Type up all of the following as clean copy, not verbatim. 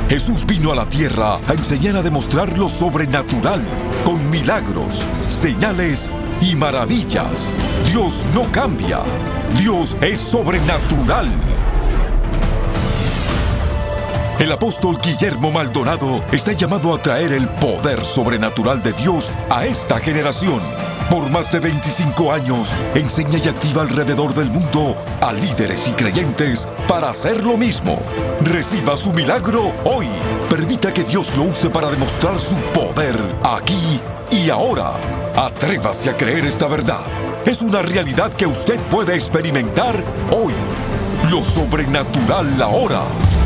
Jesús vino a la tierra a enseñar a demostrar lo sobrenatural, con milagros, señales y maravillas. Dios no cambia. Dios es sobrenatural. El apóstol Guillermo Maldonado está llamado a traer el poder sobrenatural de Dios a esta generación. Por más de 25 años, enseña y activa alrededor del mundo a líderes y creyentes para hacer lo mismo. Reciba su milagro hoy. Permita que Dios lo use para demostrar su poder aquí y ahora. Atrévase a creer esta verdad. Es una realidad que usted puede experimentar hoy. Lo sobrenatural ahora.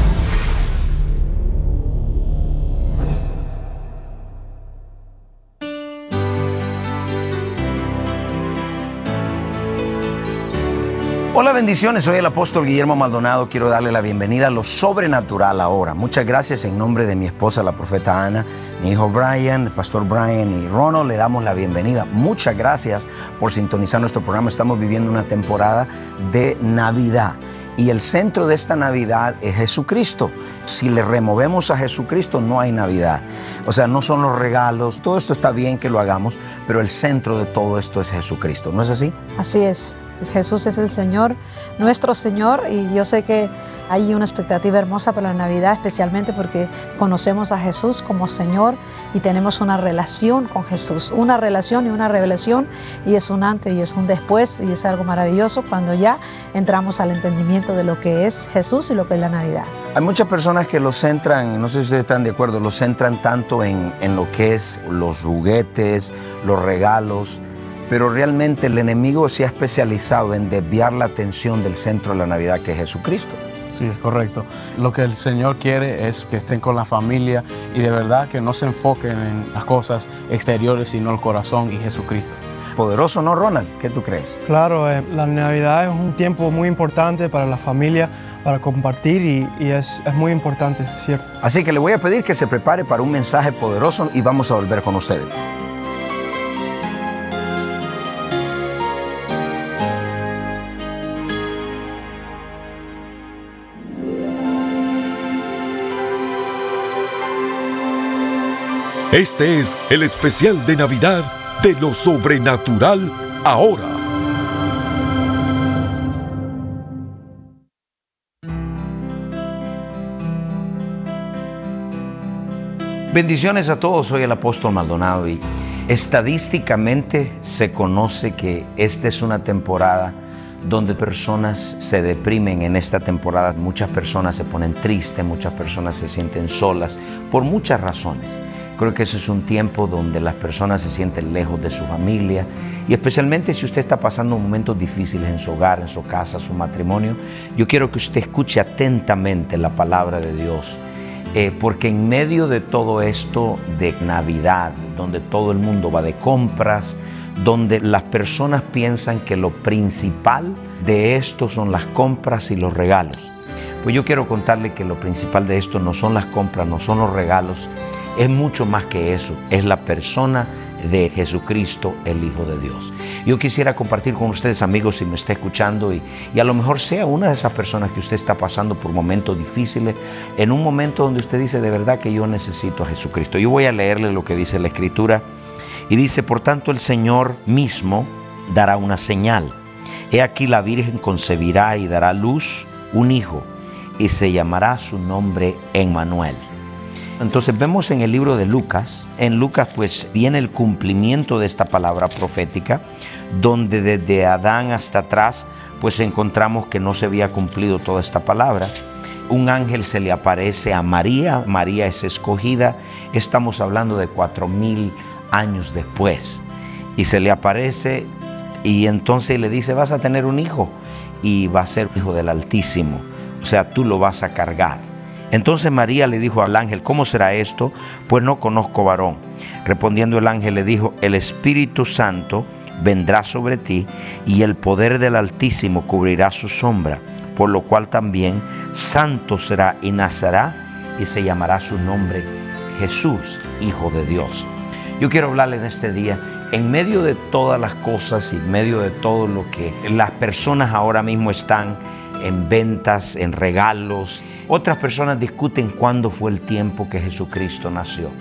Hola, bendiciones. Soy el apóstol Guillermo Maldonado. Quiero darle la bienvenida a lo sobrenatural ahora. Muchas gracias en nombre de mi esposa, la profeta Ana, mi hijo Brian, el pastor Brian y Ronald. Le damos la bienvenida. Muchas gracias por sintonizar nuestro programa. Estamos viviendo una temporada de Navidad. Y el centro de esta Navidad es Jesucristo. Si le removemos a Jesucristo, no hay Navidad. O sea, no son los regalos. Todo esto está bien que lo hagamos, pero el centro de todo esto es Jesucristo. ¿No es así? Así es. Jesús es el Señor, nuestro Señor, y yo sé que hay una expectativa hermosa para la Navidad, especialmente porque conocemos a Jesús como Señor y tenemos una relación con Jesús, una relación y una revelación, y es un antes y es un después, y es algo maravilloso cuando ya entramos al entendimiento de lo que es Jesús y lo que es la Navidad. Hay muchas personas que lo centran, no sé si ustedes están de acuerdo, lo centran tanto en lo que es los juguetes, los regalos, pero realmente el enemigo se ha especializado en desviar la atención del centro de la Navidad, que es Jesucristo. Sí, es correcto. Lo que el Señor quiere es que estén con la familia y de verdad que no se enfoquen en las cosas exteriores, sino el corazón y Jesucristo. Poderoso, ¿no, Ronald? ¿Qué tú crees? Claro, la Navidad es un tiempo muy importante para la familia, para compartir y es muy importante, ¿cierto? Así que le voy a pedir que se prepare para un mensaje poderoso y vamos a volver con ustedes. Este es el especial de Navidad de lo sobrenatural ahora. Bendiciones a todos, soy el apóstol Maldonado y estadísticamente se conoce que esta es una temporada donde personas se deprimen en esta temporada. Muchas personas se ponen tristes, muchas personas se sienten solas por muchas razones. Creo que ese es un tiempo donde las personas se sienten lejos de su familia y especialmente si usted está pasando momentos difíciles en su hogar, en su casa, su matrimonio, yo quiero que usted escuche atentamente la palabra de Dios, porque en medio de todo esto de Navidad, donde todo el mundo va de compras, donde las personas piensan que lo principal de esto son las compras y los regalos, pues yo quiero contarle que lo principal de esto no son las compras, no son los regalos. Es mucho más que eso, es la persona de Jesucristo, el Hijo de Dios. Yo quisiera compartir con ustedes, amigos, si me está escuchando y a lo mejor sea una de esas personas que usted está pasando por momentos difíciles, en un momento donde usted dice, de verdad que yo necesito a Jesucristo. Yo voy a leerle lo que dice la Escritura y dice, por tanto el Señor mismo dará una señal. He aquí la Virgen concebirá y dará a luz un hijo y se llamará su nombre Emmanuel. Entonces vemos en el libro de Lucas, en Lucas pues viene el cumplimiento de esta palabra profética, donde desde Adán hasta atrás pues encontramos que no se había cumplido toda esta palabra. Un ángel se le aparece a María, María es escogida, estamos hablando de 4000 años después, y se le aparece y entonces le dice, vas a tener un hijo y va a ser hijo del Altísimo, o sea, tú lo vas a cargar. Entonces María le dijo al ángel, ¿cómo será esto? Pues no conozco varón. Respondiendo el ángel le dijo, el Espíritu Santo vendrá sobre ti y el poder del Altísimo cubrirá su sombra, por lo cual también santo será y nacerá y se llamará su nombre Jesús, Hijo de Dios. Yo quiero hablarle en este día, en medio de todas las cosas y en medio de todo lo que las personas ahora mismo están en ventas, en regalos. Otras personas discuten cuándo fue el tiempo que Jesucristo nació.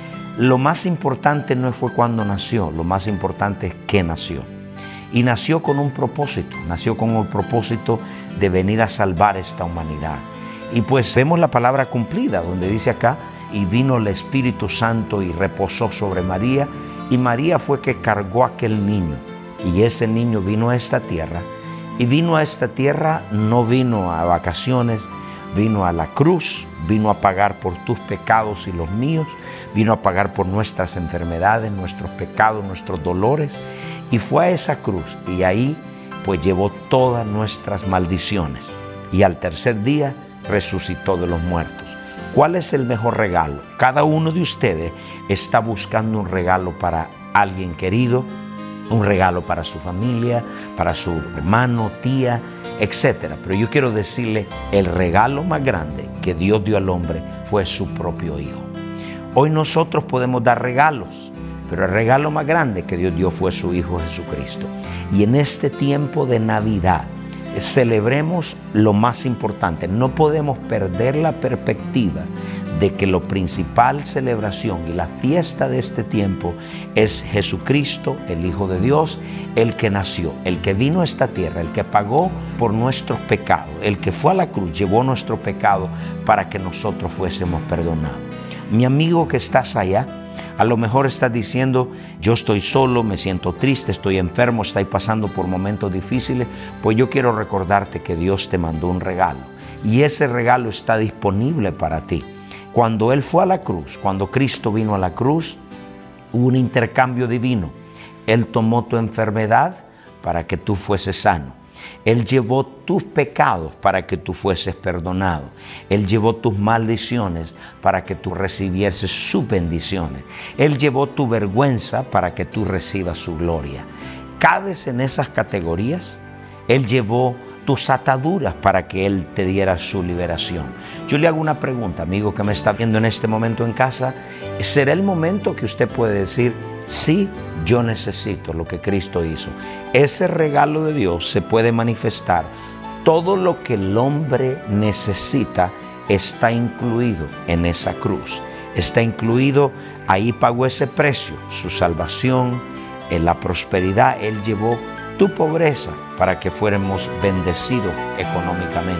Lo más importante no fue cuándo nació, lo más importante es qué nació. Y nació con un propósito, nació con el propósito de venir a salvar esta humanidad. Y pues vemos la palabra cumplida, donde dice acá, y vino el Espíritu Santo y reposó sobre María, y María fue que cargó a aquel niño. Y ese niño vino a esta tierra, y vino a esta tierra, no vino a vacaciones, vino a la cruz, vino a pagar por tus pecados y los míos, vino a pagar por nuestras enfermedades, nuestros pecados, nuestros dolores, y fue a esa cruz, y ahí pues llevó todas nuestras maldiciones, y al tercer día resucitó de los muertos. ¿Cuál es el mejor regalo? Cada uno de ustedes está buscando un regalo para alguien querido, un regalo para su familia, para su hermano, tía, etc. Pero yo quiero decirle, el regalo más grande que Dios dio al hombre fue su propio Hijo. Hoy nosotros podemos dar regalos, pero el regalo más grande que Dios dio fue su Hijo Jesucristo. Y en este tiempo de Navidad, celebremos lo más importante. No podemos perder la perspectiva de que la principal celebración y la fiesta de este tiempo es Jesucristo, el Hijo de Dios, el que nació, el que vino a esta tierra, el que pagó por nuestros pecados, el que fue a la cruz, llevó nuestro pecado para que nosotros fuésemos perdonados. Mi amigo que estás allá, a lo mejor estás diciendo, yo estoy solo, me siento triste, estoy enfermo, estoy pasando por momentos difíciles. Pues yo quiero recordarte que Dios te mandó un regalo y ese regalo está disponible para ti. Cuando Él fue a la cruz, cuando Cristo vino a la cruz, hubo un intercambio divino. Él tomó tu enfermedad para que tú fueses sano. Él llevó tus pecados para que tú fueses perdonado. Él llevó tus maldiciones para que tú recibieses sus bendiciones. Él llevó tu vergüenza para que tú recibas su gloria. ¿Cabes en esas categorías? Él llevó tus ataduras para que Él te diera su liberación. Yo le hago una pregunta, amigo que me está viendo en este momento en casa. ¿Será el momento que usted puede decir, sí, yo necesito lo que Cristo hizo? Ese regalo de Dios se puede manifestar. Todo lo que el hombre necesita está incluido en esa cruz. Está incluido, ahí pagó ese precio, su salvación, en la prosperidad. Él llevó tu pobreza para que fuéramos bendecidos económicamente.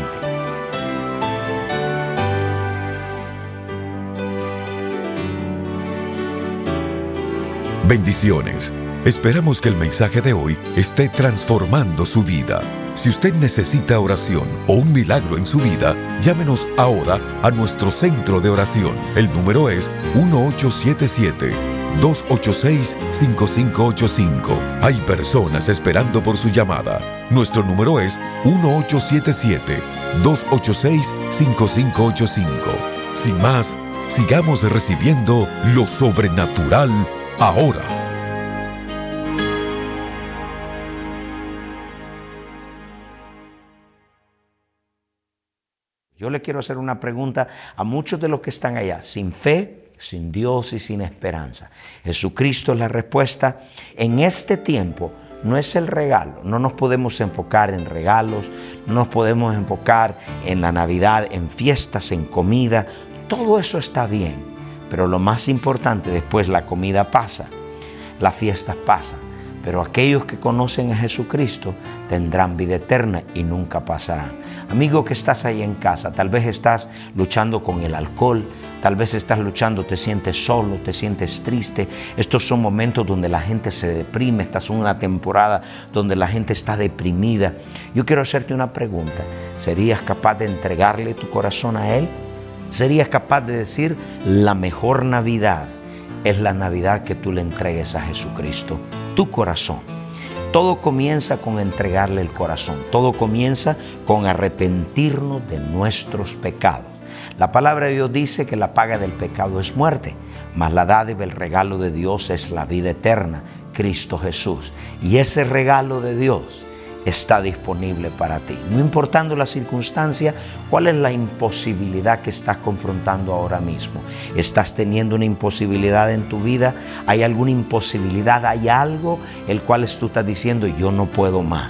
Bendiciones. Esperamos que el mensaje de hoy esté transformando su vida. Si usted necesita oración o un milagro en su vida, llámenos ahora a nuestro centro de oración. El número es 1877-286-5585. Hay personas esperando por su llamada. Nuestro número es 1877-286-5585. Sin más, sigamos recibiendo lo sobrenatural ahora. Yo le quiero hacer una pregunta a muchos de los que están allá, sin fe, sin Dios y sin esperanza. Jesucristo es la respuesta. En este tiempo no es el regalo, no nos podemos enfocar en regalos, no nos podemos enfocar en la Navidad, en fiestas, en comida. Todo eso está bien, pero lo más importante, después la comida pasa, las fiestas pasan, pero aquellos que conocen a Jesucristo tendrán vida eterna y nunca pasarán. Amigo que estás ahí en casa, tal vez estás luchando con el alcohol, tal vez estás luchando, te sientes solo, te sientes triste. Estos son momentos donde la gente se deprime, esta es una temporada donde la gente está deprimida. Yo quiero hacerte una pregunta, ¿serías capaz de entregarle tu corazón a Él? ¿Serías capaz de decir, la mejor Navidad es la Navidad que tú le entregues a Jesucristo, tu corazón? Todo comienza con entregarle el corazón. Todo comienza con arrepentirnos de nuestros pecados. La palabra de Dios dice que la paga del pecado es muerte, mas la dádiva, el regalo de Dios es la vida eterna, Cristo Jesús. Y ese regalo de Dios está disponible para ti. No importando la circunstancia, ¿cuál es la imposibilidad que estás confrontando ahora mismo? ¿Estás teniendo una imposibilidad en tu vida? ¿Hay alguna imposibilidad? ¿Hay algo el cual tú estás diciendo, yo no puedo más?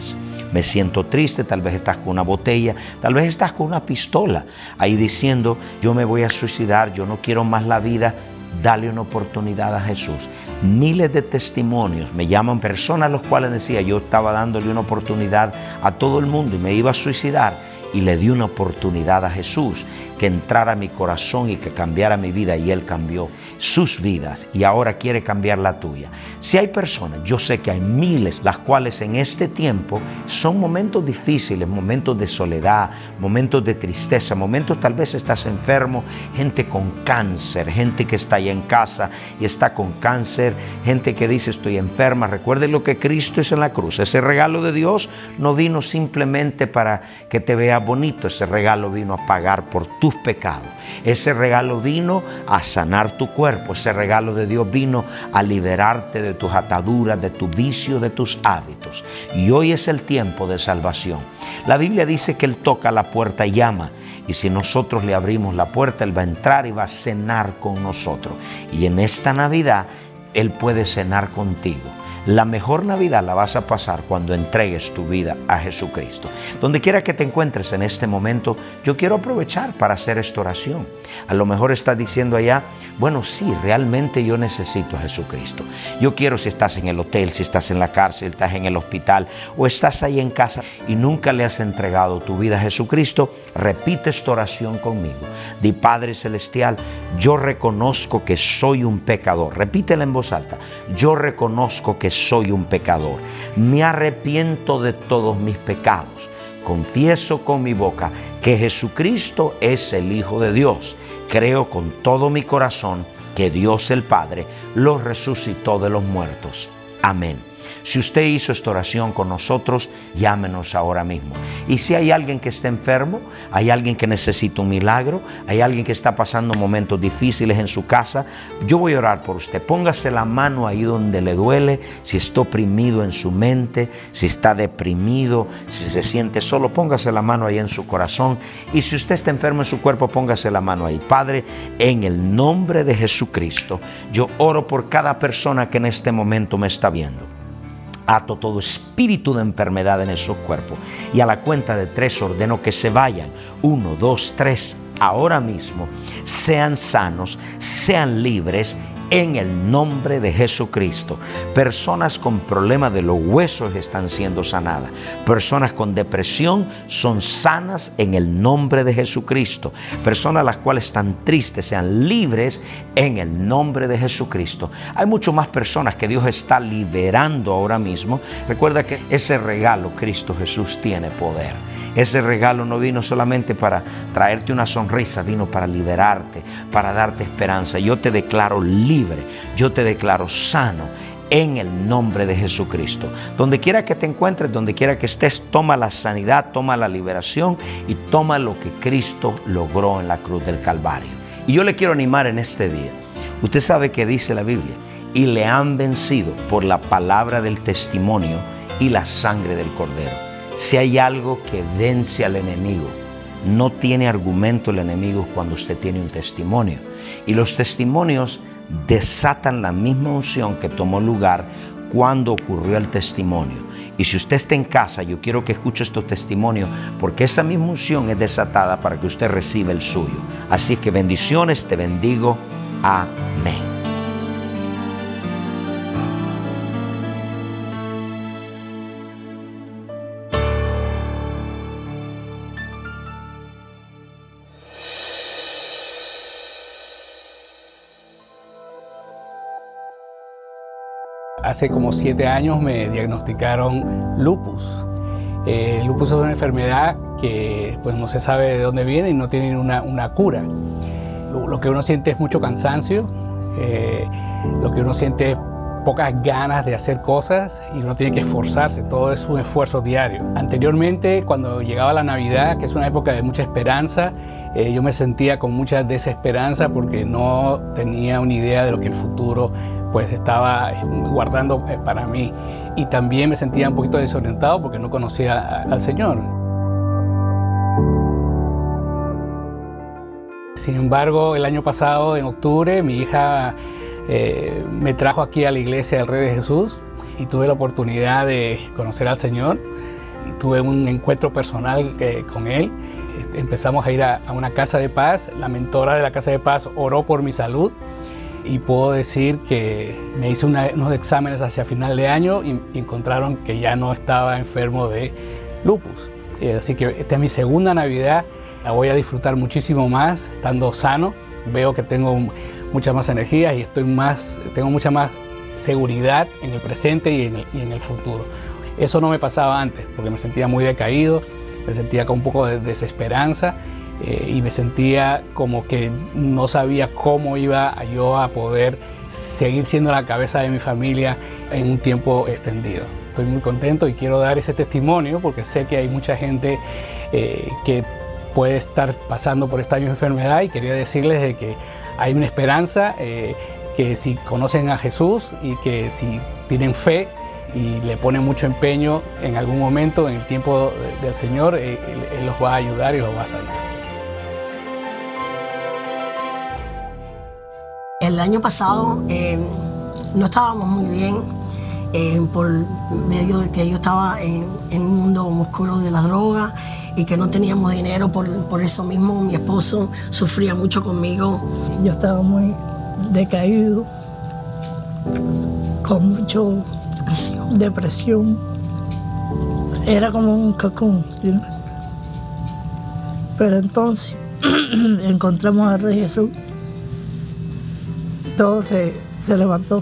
me siento triste, tal vez estás con una botella, tal vez estás con una pistola, ahí diciendo, yo me voy a suicidar, yo no quiero más la vida. Dale una oportunidad a Jesús. Miles de testimonios me llaman personas a los cuales decía, yo estaba dándole una oportunidad a todo el mundo y me iba a suicidar, y le di una oportunidad a Jesús que entrara a mi corazón y que cambiara mi vida, y Él cambió sus vidas y ahora quiere cambiar la tuya. Si hay personas, yo sé que hay miles, las cuales en este tiempo son momentos difíciles, momentos de soledad, momentos de tristeza, momentos tal vez estás enfermo, gente con cáncer, gente que está allá en casa y está con cáncer, gente que dice estoy enferma. Recuerde lo que Cristo hizo en la cruz. Ese regalo de Dios no vino simplemente para que te veas bonito, ese regalo vino a pagar por tus pecados. Ese regalo vino a sanar tu cuerpo. Ese regalo de Dios vino a liberarte de tus ataduras, de tu vicio, de tus hábitos. Y hoy es el tiempo de salvación. La Biblia dice que Él toca la puerta y llama. Y si nosotros le abrimos la puerta, Él va a entrar y va a cenar con nosotros. Y en esta Navidad, Él puede cenar contigo. La mejor Navidad la vas a pasar cuando entregues tu vida a Jesucristo. Donde quiera que te encuentres en este momento, yo quiero aprovechar para hacer esta oración. A lo mejor estás diciendo allá, bueno, sí, realmente yo necesito a Jesucristo. Yo quiero, si estás en el hotel, si estás en la cárcel, estás en el hospital o estás ahí en casa y nunca le has entregado tu vida a Jesucristo, repite esta oración conmigo. Di, Padre Celestial, yo reconozco que soy un pecador. Repítela en voz alta. Yo reconozco que soy un pecador. Me arrepiento de todos mis pecados. Confieso con mi boca que Jesucristo es el Hijo de Dios. Creo con todo mi corazón que Dios el Padre lo resucitó de los muertos. Amén. Si usted hizo esta oración con nosotros, llámenos ahora mismo. Y si hay alguien que está enfermo, hay alguien que necesita un milagro, hay alguien que está pasando momentos difíciles en su casa, yo voy a orar por usted. Póngase la mano ahí donde le duele, si está oprimido en su mente, si está deprimido, si se siente solo, póngase la mano ahí en su corazón. Y si usted está enfermo en su cuerpo, póngase la mano ahí. Padre, en el nombre de Jesucristo, yo oro por cada persona que en este momento me está viendo. Ato todo espíritu de enfermedad en esos cuerpos y a la cuenta de 3 ordeno que se vayan. 1, 2, 3, ahora mismo. Sean sanos, sean libres en el nombre de Jesucristo. Personas con problemas de los huesos están siendo sanadas. Personas con depresión son sanas en el nombre de Jesucristo. Personas las cuales están tristes sean libres en el nombre de Jesucristo. Hay mucho más personas que Dios está liberando ahora mismo. Recuerda que ese regalo Cristo Jesús tiene poder. Ese regalo no vino solamente para traerte una sonrisa, vino para liberarte, para darte esperanza. Yo te declaro libre, yo te declaro sano en el nombre de Jesucristo. Donde quiera que te encuentres, donde quiera que estés, toma la sanidad, toma la liberación y toma lo que Cristo logró en la cruz del Calvario. Y yo le quiero animar en este día. Usted sabe que dice la Biblia, y le han vencido por la palabra del testimonio y la sangre del Cordero. Si hay algo que vence al enemigo, no tiene argumento el enemigo cuando usted tiene un testimonio. Y los testimonios desatan la misma unción que tomó lugar cuando ocurrió el testimonio. Y si usted está en casa, yo quiero que escuche estos testimonios porque esa misma unción es desatada para que usted reciba el suyo. Así que bendiciones, te bendigo. Amén. Hace como 7 años me diagnosticaron lupus. Lupus es una enfermedad que pues, no se sabe de dónde viene y no tiene una cura. Lo que uno siente es mucho cansancio, lo que uno siente es pocas ganas de hacer cosas y uno tiene que esforzarse, todo es un esfuerzo diario. Anteriormente, cuando llegaba la Navidad, que es una época de mucha esperanza, yo me sentía con mucha desesperanza porque no tenía una idea de lo que el futuro pues estaba guardando para mí. Y también me sentía un poquito desorientado porque no conocía al Señor. Sin embargo, el año pasado, en octubre, mi hija me trajo aquí a la iglesia del Rey de Jesús y tuve la oportunidad de conocer al Señor. tuve un encuentro personal con él. Empezamos a ir a una casa de paz. La mentora de la casa de paz oró por mi salud y puedo decir que me hice unos exámenes hacia final de año y encontraron que ya no estaba enfermo de lupus. Así que esta es mi segunda Navidad. La voy a disfrutar muchísimo más estando sano. Veo que tengo muchas más energías y tengo mucha más seguridad en el presente y en el futuro. Eso no me pasaba antes porque me sentía muy decaído, me sentía con un poco de desesperanza y me sentía como que no sabía cómo iba yo a poder seguir siendo la cabeza de mi familia en un tiempo extendido. Estoy muy contento y quiero dar ese testimonio porque sé que hay mucha gente que puede estar pasando por esta misma enfermedad y quería decirles de que hay una esperanza, que si conocen a Jesús y que si tienen fe y le ponen mucho empeño en algún momento, en el tiempo del Señor, Él los va a ayudar y los va a sanar. El año pasado no estábamos muy bien por medio de que yo estaba en un mundo oscuro de las drogas y que no teníamos dinero. Por eso mismo mi esposo sufría mucho conmigo. Yo estaba muy decaído, con mucho depresión. Era como un cacún, ¿sí? Pero entonces encontramos al Rey Jesús. Todo se levantó.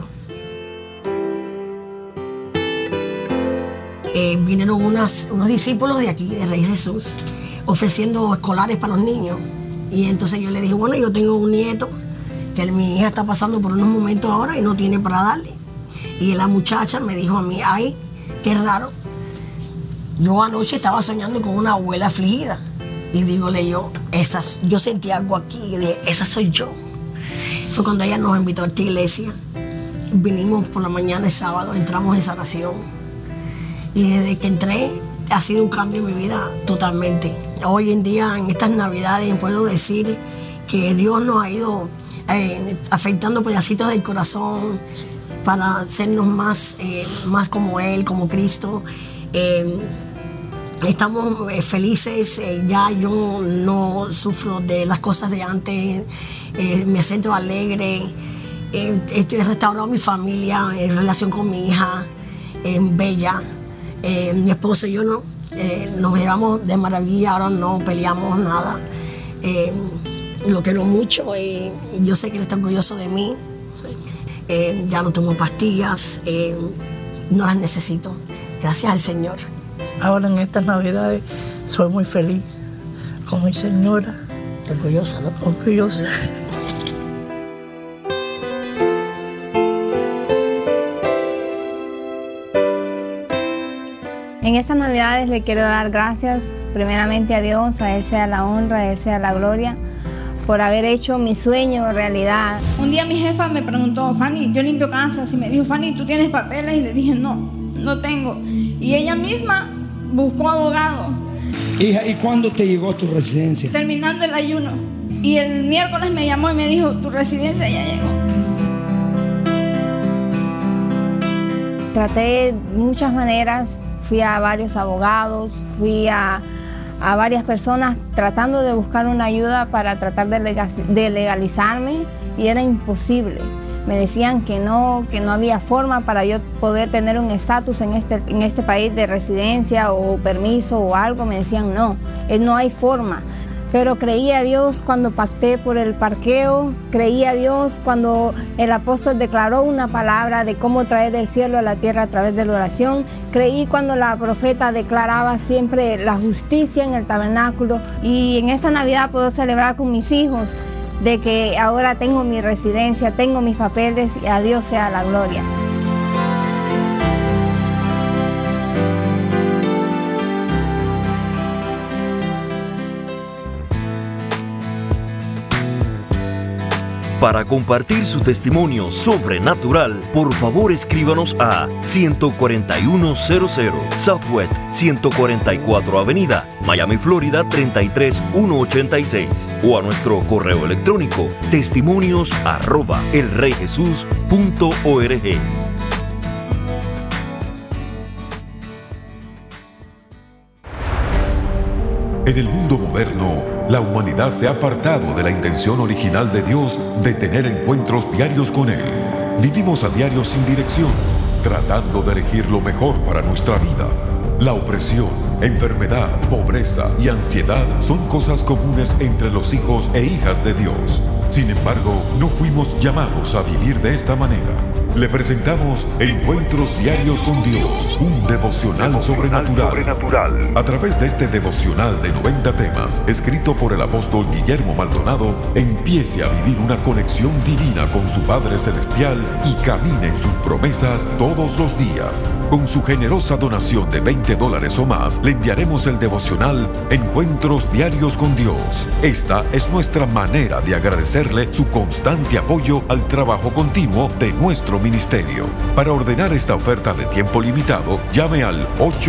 Vinieron unos discípulos de aquí, de Rey Jesús, ofreciendo escolares para los niños. Y entonces yo le dije, bueno, yo tengo un nieto que mi hija está pasando por unos momentos ahora y no tiene para darle. Y la muchacha me dijo a mí, ay, qué raro. Yo anoche estaba soñando con una abuela afligida. Y dígole yo sentí algo aquí. Y dije, esa soy yo. Fue cuando ella nos invitó a esta iglesia. Vinimos por la mañana el sábado, entramos en sanación. Y desde que entré, ha sido un cambio en mi vida totalmente. Hoy en día, en estas Navidades, puedo decir que Dios nos ha ido afectando pedacitos del corazón para hacernos más como Él, como Cristo. Estamos felices, ya yo no sufro de las cosas de antes, me siento alegre, he restaurado mi familia en relación con mi hija, Bella. Mi esposo y yo nos llevamos de maravilla, ahora no peleamos nada. Lo quiero mucho y yo sé que él está orgulloso de mí. Ya no tomo pastillas, no las necesito. Gracias al Señor. Ahora en estas Navidades soy muy feliz con mi señora. Orgullosa, ¿no? Orgullosa. En estas Navidades le quiero dar gracias primeramente a Dios, a Él sea la honra, a Él sea la gloria, por haber hecho mi sueño realidad. Un día mi jefa me preguntó, Fanny, yo limpio casas, y me dijo, Fanny, ¿tú tienes papeles? Y le dije, no tengo. Y ella misma buscó abogado. Hija, ¿y cuándo te llegó tu residencia? Terminando el ayuno. Y el miércoles me llamó y me dijo, tu residencia ya llegó. Traté de muchas maneras. Fui a varios abogados, fui a varias personas tratando de buscar una ayuda para tratar de legalizarme y era imposible. Me decían que no había forma para yo poder tener un estatus en este país de residencia o permiso o algo. Me decían no hay forma. Pero creí a Dios cuando pacté por el parqueo, creí a Dios cuando el apóstol declaró una palabra de cómo traer el cielo a la tierra a través de la oración, creí cuando la profeta declaraba siempre la justicia en el tabernáculo y en esta Navidad puedo celebrar con mis hijos de que ahora tengo mi residencia, tengo mis papeles y a Dios sea la gloria. Para compartir su testimonio sobrenatural, por favor escríbanos a 14100 Southwest 144 Avenida, Miami, Florida 33186 o a nuestro correo electrónico testimonios@elreyjesus.org. En el mundo moderno, la humanidad se ha apartado de la intención original de Dios de tener encuentros diarios con Él. Vivimos a diario sin dirección, tratando de elegir lo mejor para nuestra vida. La opresión, enfermedad, pobreza y ansiedad son cosas comunes entre los hijos e hijas de Dios. Sin embargo, no fuimos llamados a vivir de esta manera. Le presentamos Encuentros Diarios con Dios, un devocional sobrenatural. A través de este devocional de 90 temas, escrito por el apóstol Guillermo Maldonado, empiece a vivir una conexión divina con su Padre Celestial y camine en sus promesas todos los días. Con su generosa donación de $20 o más, le enviaremos el devocional Encuentros Diarios con Dios. Esta es nuestra manera de agradecerle su constante apoyo al trabajo continuo de nuestro ministerio. Para ordenar esta oferta de tiempo limitado, llame al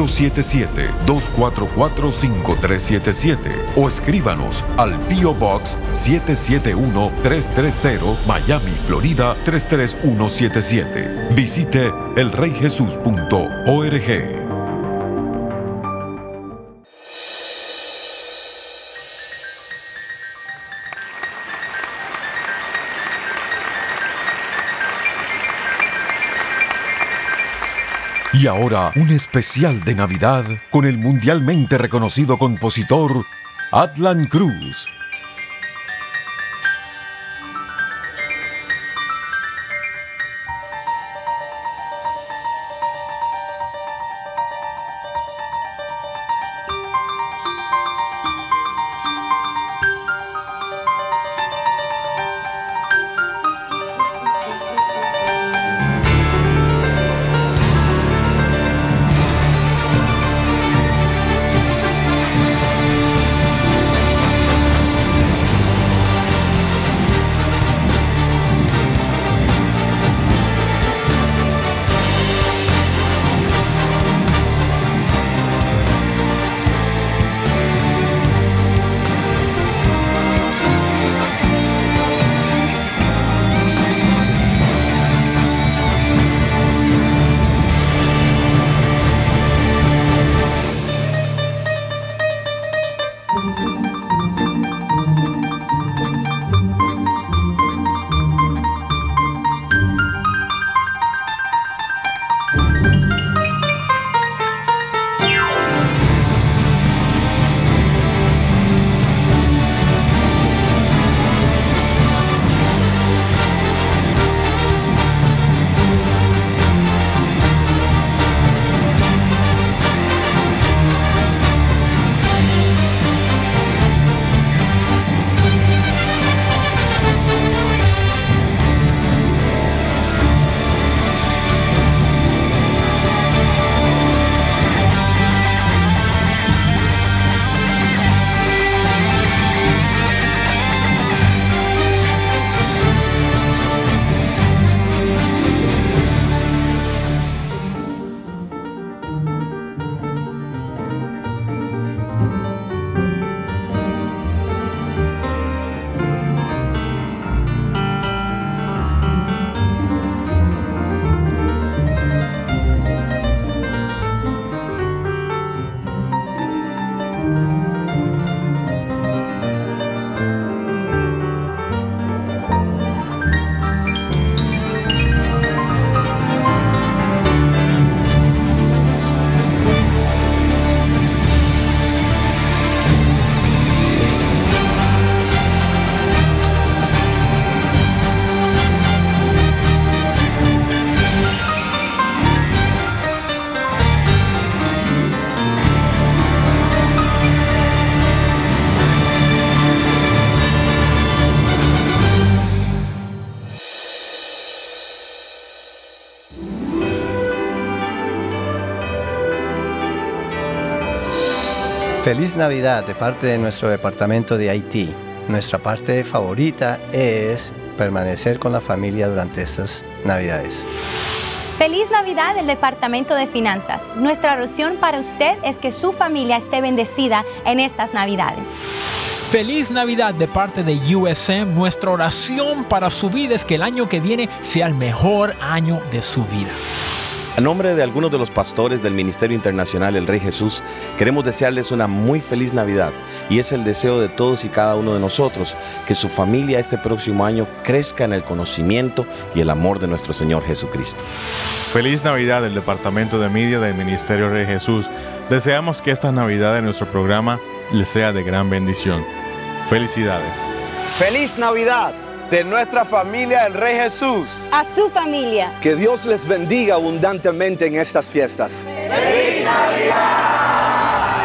877-244-5377 o escríbanos al P.O. Box 771-330 Miami, Florida 33177. Visite elreyjesus.org. Y ahora, un especial de Navidad con el mundialmente reconocido compositor Adlan Cruz. Feliz Navidad de parte de nuestro departamento de Haití. Nuestra parte favorita es permanecer con la familia durante estas Navidades. Feliz Navidad del Departamento de Finanzas. Nuestra oración para usted es que su familia esté bendecida en estas Navidades. Feliz Navidad de parte de USM. Nuestra oración para su vida es que el año que viene sea el mejor año de su vida. A nombre de algunos de los pastores del Ministerio Internacional El Rey Jesús, queremos desearles una muy feliz Navidad, y es el deseo de todos y cada uno de nosotros que su familia este próximo año crezca en el conocimiento y el amor de nuestro Señor Jesucristo. Feliz Navidad del Departamento de Media del Ministerio Rey Jesús. Deseamos que esta Navidad en nuestro programa les sea de gran bendición. Felicidades. ¡Feliz Navidad! De nuestra familia El Rey Jesús. A su familia. Que Dios les bendiga abundantemente en estas fiestas. ¡Feliz Navidad!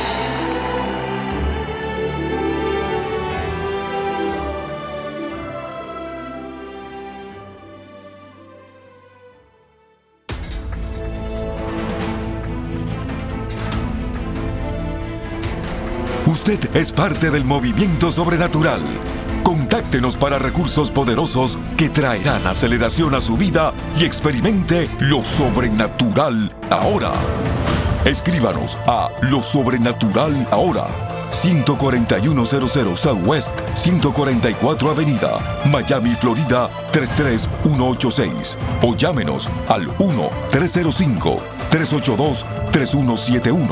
Usted es parte del movimiento sobrenatural. Contáctenos para recursos poderosos que traerán aceleración a su vida y experimente lo sobrenatural ahora. Escríbanos a Lo Sobrenatural Ahora, 14100 Southwest 144 Avenida, Miami, Florida 33186, o llámenos al 1-305-382-3171,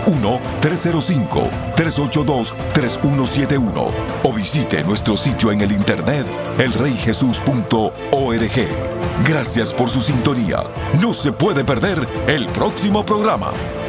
1-305-382-3171, o visite nuestro sitio en el internet elreyjesus.org. Gracias por su sintonía. No se puede perder el próximo programa.